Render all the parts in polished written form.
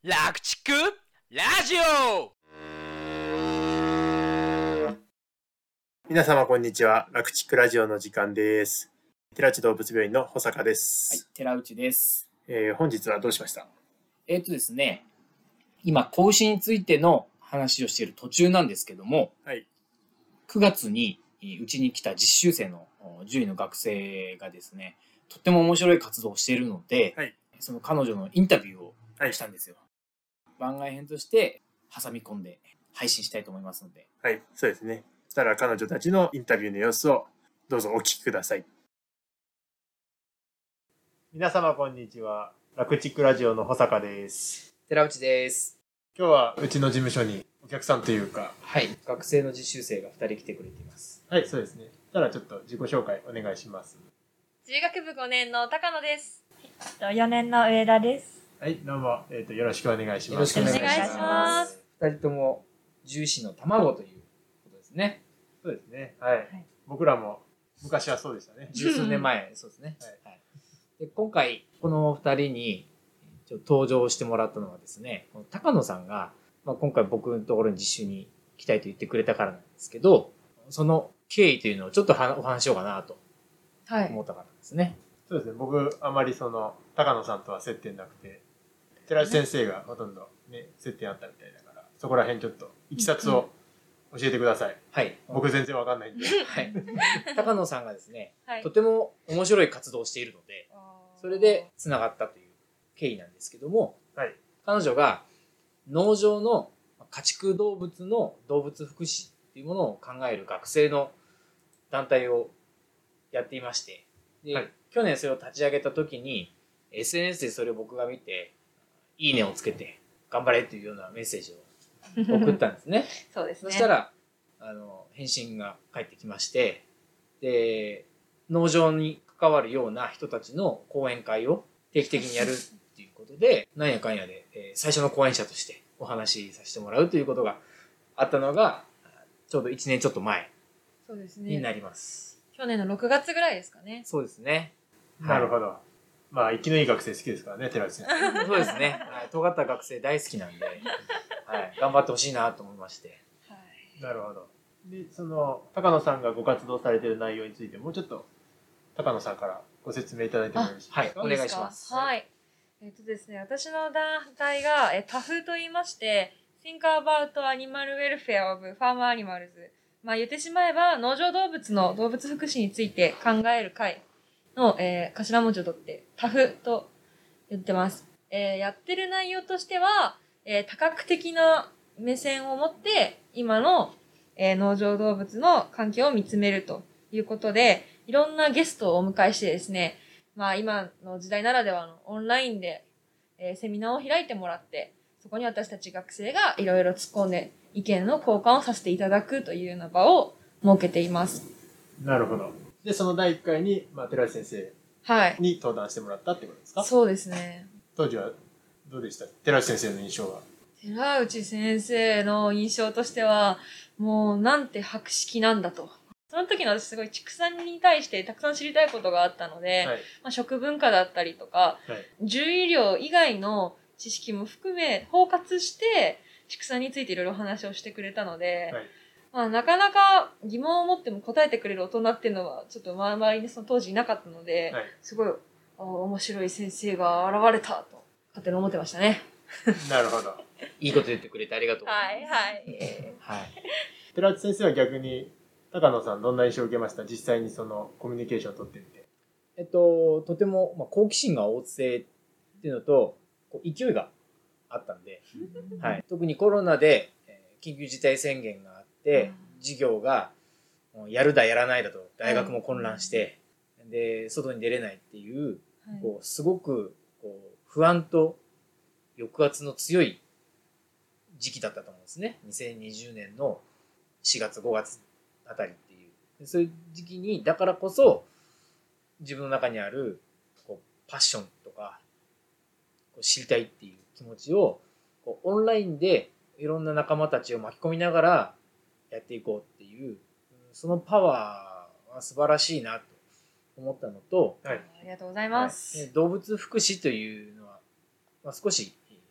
楽畜ラジオ。 皆様こんにちは。楽畜ラジオの時間です。寺内動物病院の保坂ではい、 す。 寺内です。 本日はどうしました？ ですね、今子牛についての話をしている途中なんですけども、 はい。 9月にうちに来た実習生の獣医の学生がですね、とっても面白い活動をしているので、 はい。 その彼女のインタビューをはいしたんですよ。番外編として挟み込んで配信したいと思いますので。 はい、そうですね。そしたら彼女たちのインタビューの様子をどうぞお聞きください。皆様こんにちは。楽畜ラジオの保坂です。 寺内です。 今日はうちの事務所にお客さんというか、 はい、学生の実習生が2人来てくれています。 はい、そうですね。そしたらちょっと自己紹介お願いします。 中学部5年の高野です。 4年の上田です。 はい、どうも、よろしくお願いしよろします。 くお願いします。 お願いします。 2人とも獣医師の卵ということですね。 そうですね。はい。僕らも昔はそうでしたね。 十数年前、そうですね。 はいはい、で今回、この2人に登場してもらったのはですね、高野さんが、今回僕のところに実習に来たいと言ってくれたからなんですけど、その経緯というのをちょっとお話しようかなと思ったからですね。 そうですね。僕、あまり高野さんとは接点なくて、寺内先生がほとんどね、接点あったみたいだから、そこら辺ちょっと、いきさつを教えてください。 はい。 僕全然わかんないんで。 はい。高野さんがですね、 はいとても面白い活動をしているので、それで繋がったという経緯なんですけども、 はい。 彼女が農場の家畜動物の動物福祉っていうものを考える学生の団体をやっていまして、で、 はい、 去年それを立ち上げた時に SNS でそれを僕が見ていいねをつけて頑張れというようなメッセージを送ったんですね。 そうですね。 そしたら返信が返ってきまして、で農場に関わるような人たちの講演会を定期的にやるっていうことでなんやかんやで、最初の講演者としてお話しさせてもらうということがあったのがちょうど1年ちょっと前そうですね。 になります。 去年の6月ぐらいですかね。 そうですね。 なるほど。まあ、生きのいい学生好きですからね、寺内先生。 そうですね。はい、尖った学生大好きなんで、はい、頑張ってほしいなと思いまして。 はい。 なるほど。で、高野さんがご活動されている内容について、もうちょっと、高野さんからご説明いただいてもよろしいですか？ はい、お願いします。 はい。ですね、私の団体が、TAF と言いまして、Think About Animal Welfare of Farm Animals。言ってしまえば、農場動物の動物福祉について考える会の、頭文字を取って、TAF と言ってます。やってる内容としては、多角的な目線を持って、今の、農場動物の環境を見つめるということで、いろんなゲストをお迎えしてですね、今の時代ならではのオンラインで、セミナーを開いてもらって、そこに私たち学生がいろいろ突っ込んで意見の交換をさせていただくというような場を設けています。 なるほど。で、その第1回に、寺内先生はい。 に登壇してもらったってことですか？ そうですね。 当時はどうでした？寺内先生の印象は。 寺内先生の印象としては、もうなんて博識なんだと。その時の私すごい畜産に対してたくさん知りたいことがあったので、 はい。 食文化だったりとか、 はい。 獣医療以外の知識も含め包括して畜産についていろいろ話をしてくれたので、 はい。 なかなか疑問を持っても答えてくれる大人っていうのはちょっと周りにその当時いなかったので、 はい。 すごい面白い先生が現れたと勝手に思ってましたね。 なるほど。 いいこと言ってくれてありがとうございはいます。 はい。 はい。 寺内先生は逆に、高野さんどんな印象を受けました？実際にコミュニケーションを取ってみて。 とても、好奇心が旺盛っていうのと、勢いがあったんで、はい、特にコロナで緊急事態宣言があって、授業がやるだやらないだと大学も混乱して、で外に出れないっていう、すごく不安と抑圧の強い時期だったと思うんですね。2020年の4月5月あたりっていう、そういう時期にだからこそ自分の中にあるパッションとか知りたいっていう気持ちをオンラインでいろんな仲間たちを巻き込みながらやっていこうっていうそのパワーは素晴らしいなと思ったのと、 はい、 ありがとうございます。 動物福祉というのは、少し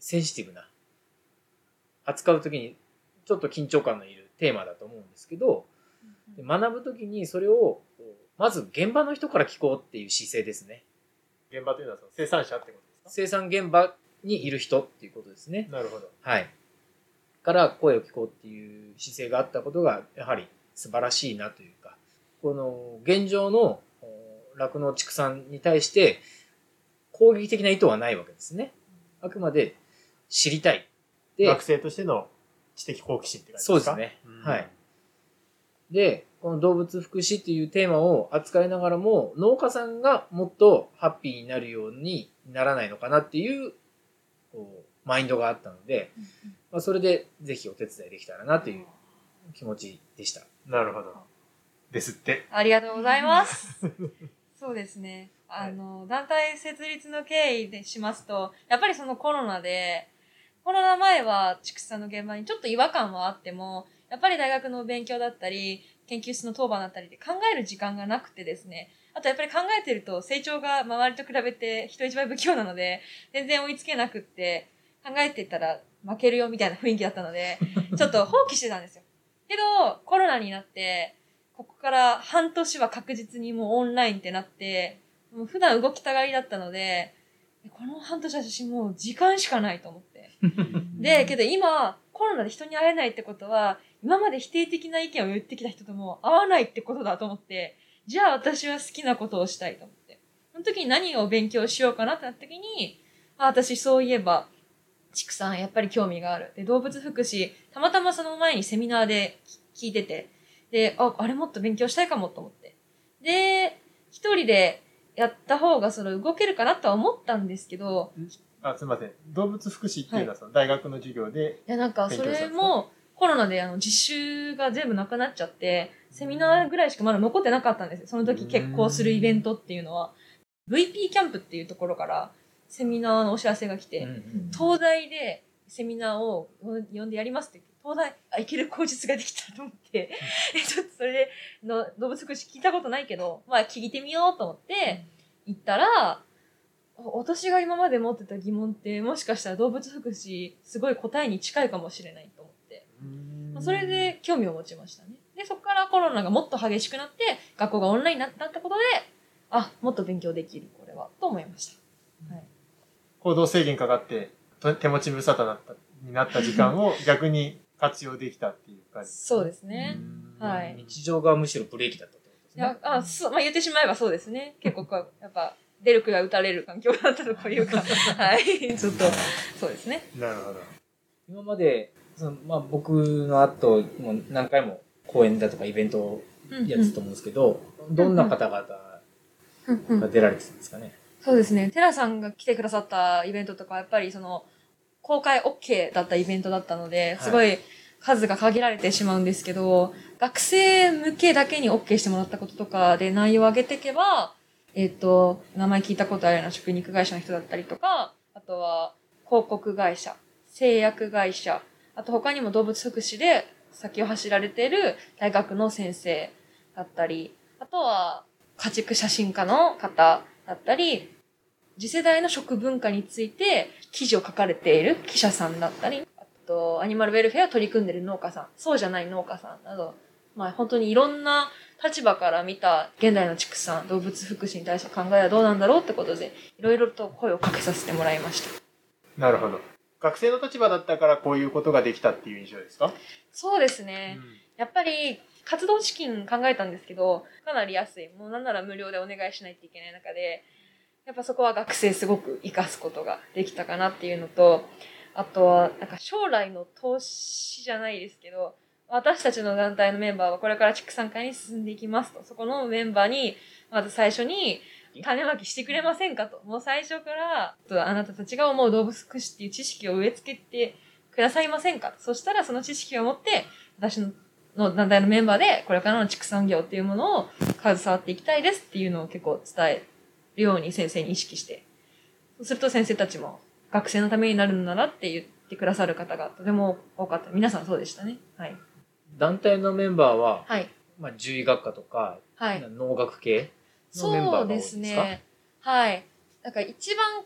センシティブな、扱うときにちょっと緊張感のいるテーマだと思うんですけど、で学ぶときにそれをまず現場の人から聞こうっていう姿勢ですね。 現場というのはその生産者ってことですか？ 生産現場にいる人っていうことですね。 なるほど。 はい。から声を聞こうっていう姿勢があったことがやはり素晴らしいなというか、この現状の酪農畜産に対して攻撃的な意図はないわけですね。あくまで知りたい。で、 学生としての知的好奇心って感じですか？ そうですね。はい。で、この動物福祉っていうテーマを扱いながらも、農家さんがもっとハッピーになるようにならないのかなっていうマインドがあったので、まあ、それでぜひお手伝いできたらなという気持ちでした。 なるほど。ですって。 ありがとうございます。そうですね。団体設立の経緯でしますと、やっぱりそのコロナ前は畜産の現場にちょっと違和感はあっても、やっぱり大学の勉強だったり、研究室の当番だったりで考える時間がなくてですね、あとやっぱり考えてると成長が周りと比べて人一倍不器用なので、全然追いつけなくって、考えてたら負けるよみたいな雰囲気だったので、ちょっと放棄してたんですよ。けど、コロナになって、ここから半年は確実にもうオンラインってなって、もう普段動きたがりだったので、この半年は私もう時間しかないと思って。で、けど今、コロナで人に会えないってことは、今まで否定的な意見を言ってきた人とも会わないってことだと思って、じゃあ私は好きなことをしたいと思って。その時に何を勉強しようかなってなった時に、私そういえば、畜産やっぱり興味がある。で、動物福祉、たまたまその前にセミナーで聞いてて、で、あれもっと勉強したいかもと思って。で、一人でやった方が動けるかなとは思ったんですけど、 すみません。動物福祉っていうのはその大学の授業で、 いやなんかそれもコロナで実習が全部なくなっちゃって、セミナーぐらいしかまだ残ってなかったんですよ。その時結構するイベントっていうのは。VP キャンプっていうところからセミナーのお知らせが来て、東大でセミナーを呼んでやりますって言って、東大、行ける口実ができたと思って、ちょっとそれで動物福祉聞いたことないけど、まあ聞いてみようと思って行ったら、私が今まで持ってた疑問ってもしかしたら動物福祉すごい答えに近いかもしれないと思って、それで興味を持ちましたね。で、そこからコロナがもっと激しくなって学校がオンラインになったことで、もっと勉強できるこれはと思いました。はい、 行動制限かかって手持ち無沙汰になった時間を逆に活用できたっていう感じ。 そうですね。はい。 日常がむしろブレーキだったってことですね。 そう、まあ言ってしまえばそうですね。結構やっぱ出る杭は打たれる環境だったというか、はい、ちょっとそうですね。 なるほど。今まで僕の後も何回も講演だとかイベントをやってたと思うんですけど、どんな方々が出られてたんですかね。 そうですね。テラさんが来てくださったイベントとかやっぱり公開 OK だったイベントだったので、すごい数が限られてしまうんですけど、学生向けだけに OK してもらったこととかで内容を上げていけば、名前聞いたことあるような食肉会社の人だったりとか、あとは広告会社、製薬会社、あと他にも動物福祉で先を走られている大学の先生だったり、あとは家畜写真家の方だったり、次世代の食文化について記事を書かれている記者さんだったり、あとアニマルウェルフェアを取り組んでいる農家さん、そうじゃない農家さんなど、まあ本当にいろんな立場から見た現代の畜産、動物福祉に対する考えはどうなんだろうってことで、いろいろと声をかけさせてもらいました。 なるほど。学生の立場だったからこういうことができたっていう印象ですか？ そうですね。やっぱり活動資金考えたんですけど、かなり安い。もうなんなら無料でお願いしないといけない中で、やっぱそこは学生すごく活かすことができたかなっていうのと、あとはなんか将来の投資じゃないですけど、私たちの団体のメンバーはこれから畜産会に進んでいきますと、そこのメンバーにまず最初に種まきしてくれませんかと、もう最初からあなたたちが思う動物福祉っていう知識を植え付けてくださいませんかと。そしたらその知識を持って私の団体のメンバーでこれからの畜産業っていうものを携わっていきたいですっていうのを結構伝えるように先生に意識して、そうすると先生たちも学生のためになるのならって言ってくださる方がとても多かった。皆さんそうでしたね。はい。 団体のメンバーは、 はい。 まあ獣医学科とか、 はい、 農学系のメンバーが多いんですか？ そうですね。はい。なんか一番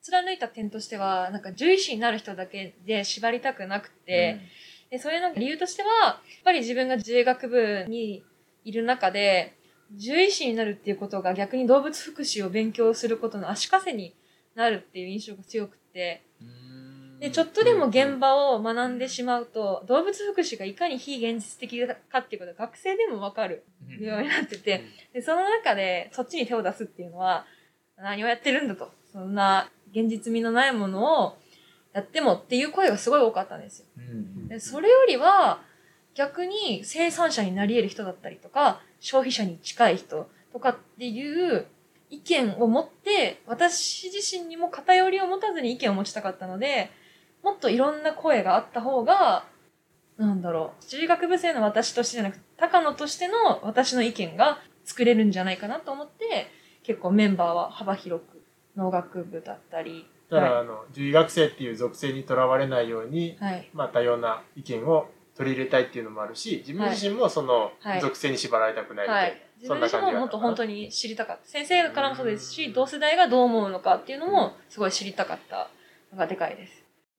貫いた点としては、なんか獣医師になる人だけで縛りたくなくて、でそれの理由としては、やっぱり自分が獣医学部にいる中で、獣医師になるっていうことが逆に動物福祉を勉強することの足かせになるっていう印象が強くて、でちょっとでも現場を学んでしまうと、動物福祉がいかに非現実的かっていうことが学生でもわかるようになってて、でその中でそっちに手を出すっていうのは、何をやってるんだと。そんな現実味のないものをやってもっていう声がすごい多かったんですよ。でそれよりは逆に生産者になり得る人だったりとか、消費者に近い人とかっていう意見を持って、私自身にも偏りを持たずに意見を持ちたかったので、もっといろんな声があった方が、獣医学部生の私としてじゃなくて、高野としての私の意見が作れるんじゃないかなと思って、結構メンバーは幅広く、農学部だったり。 だから、獣医学生っていう属性にとらわれないように、多様な意見を取り入れたいっていうのもあるし、自分自身もその属性に縛られたくないみたいな。 自分自身ももっと本当に知りたかった。先生からもそうですし、同世代がどう思うのかっていうのもすごい知りたかったのがでかいです。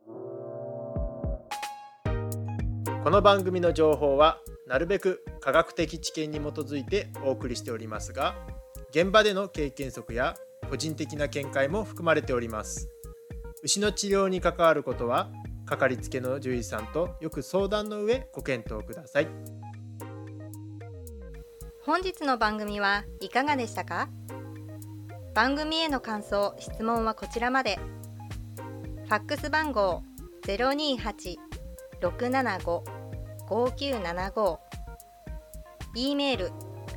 この番組の情報はなるべく科学的知見に基づいてお送りしておりますが、現場での経験則や個人的な見解も含まれております。牛の治療に関わることはかかりつけの獣医さんとよく相談の上ご検討ください。 本日の番組はいかがでしたか？番組への感想・質問はこちらまで。ファックス番号 028-675-5975、 E メール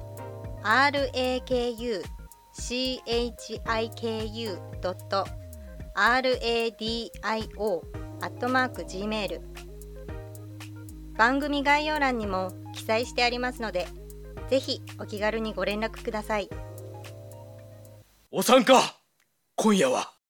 rakuchiku.radio@gmail、 番組概要欄にも記載してありますので、ぜひお気軽にご連絡ください。 お参加今夜は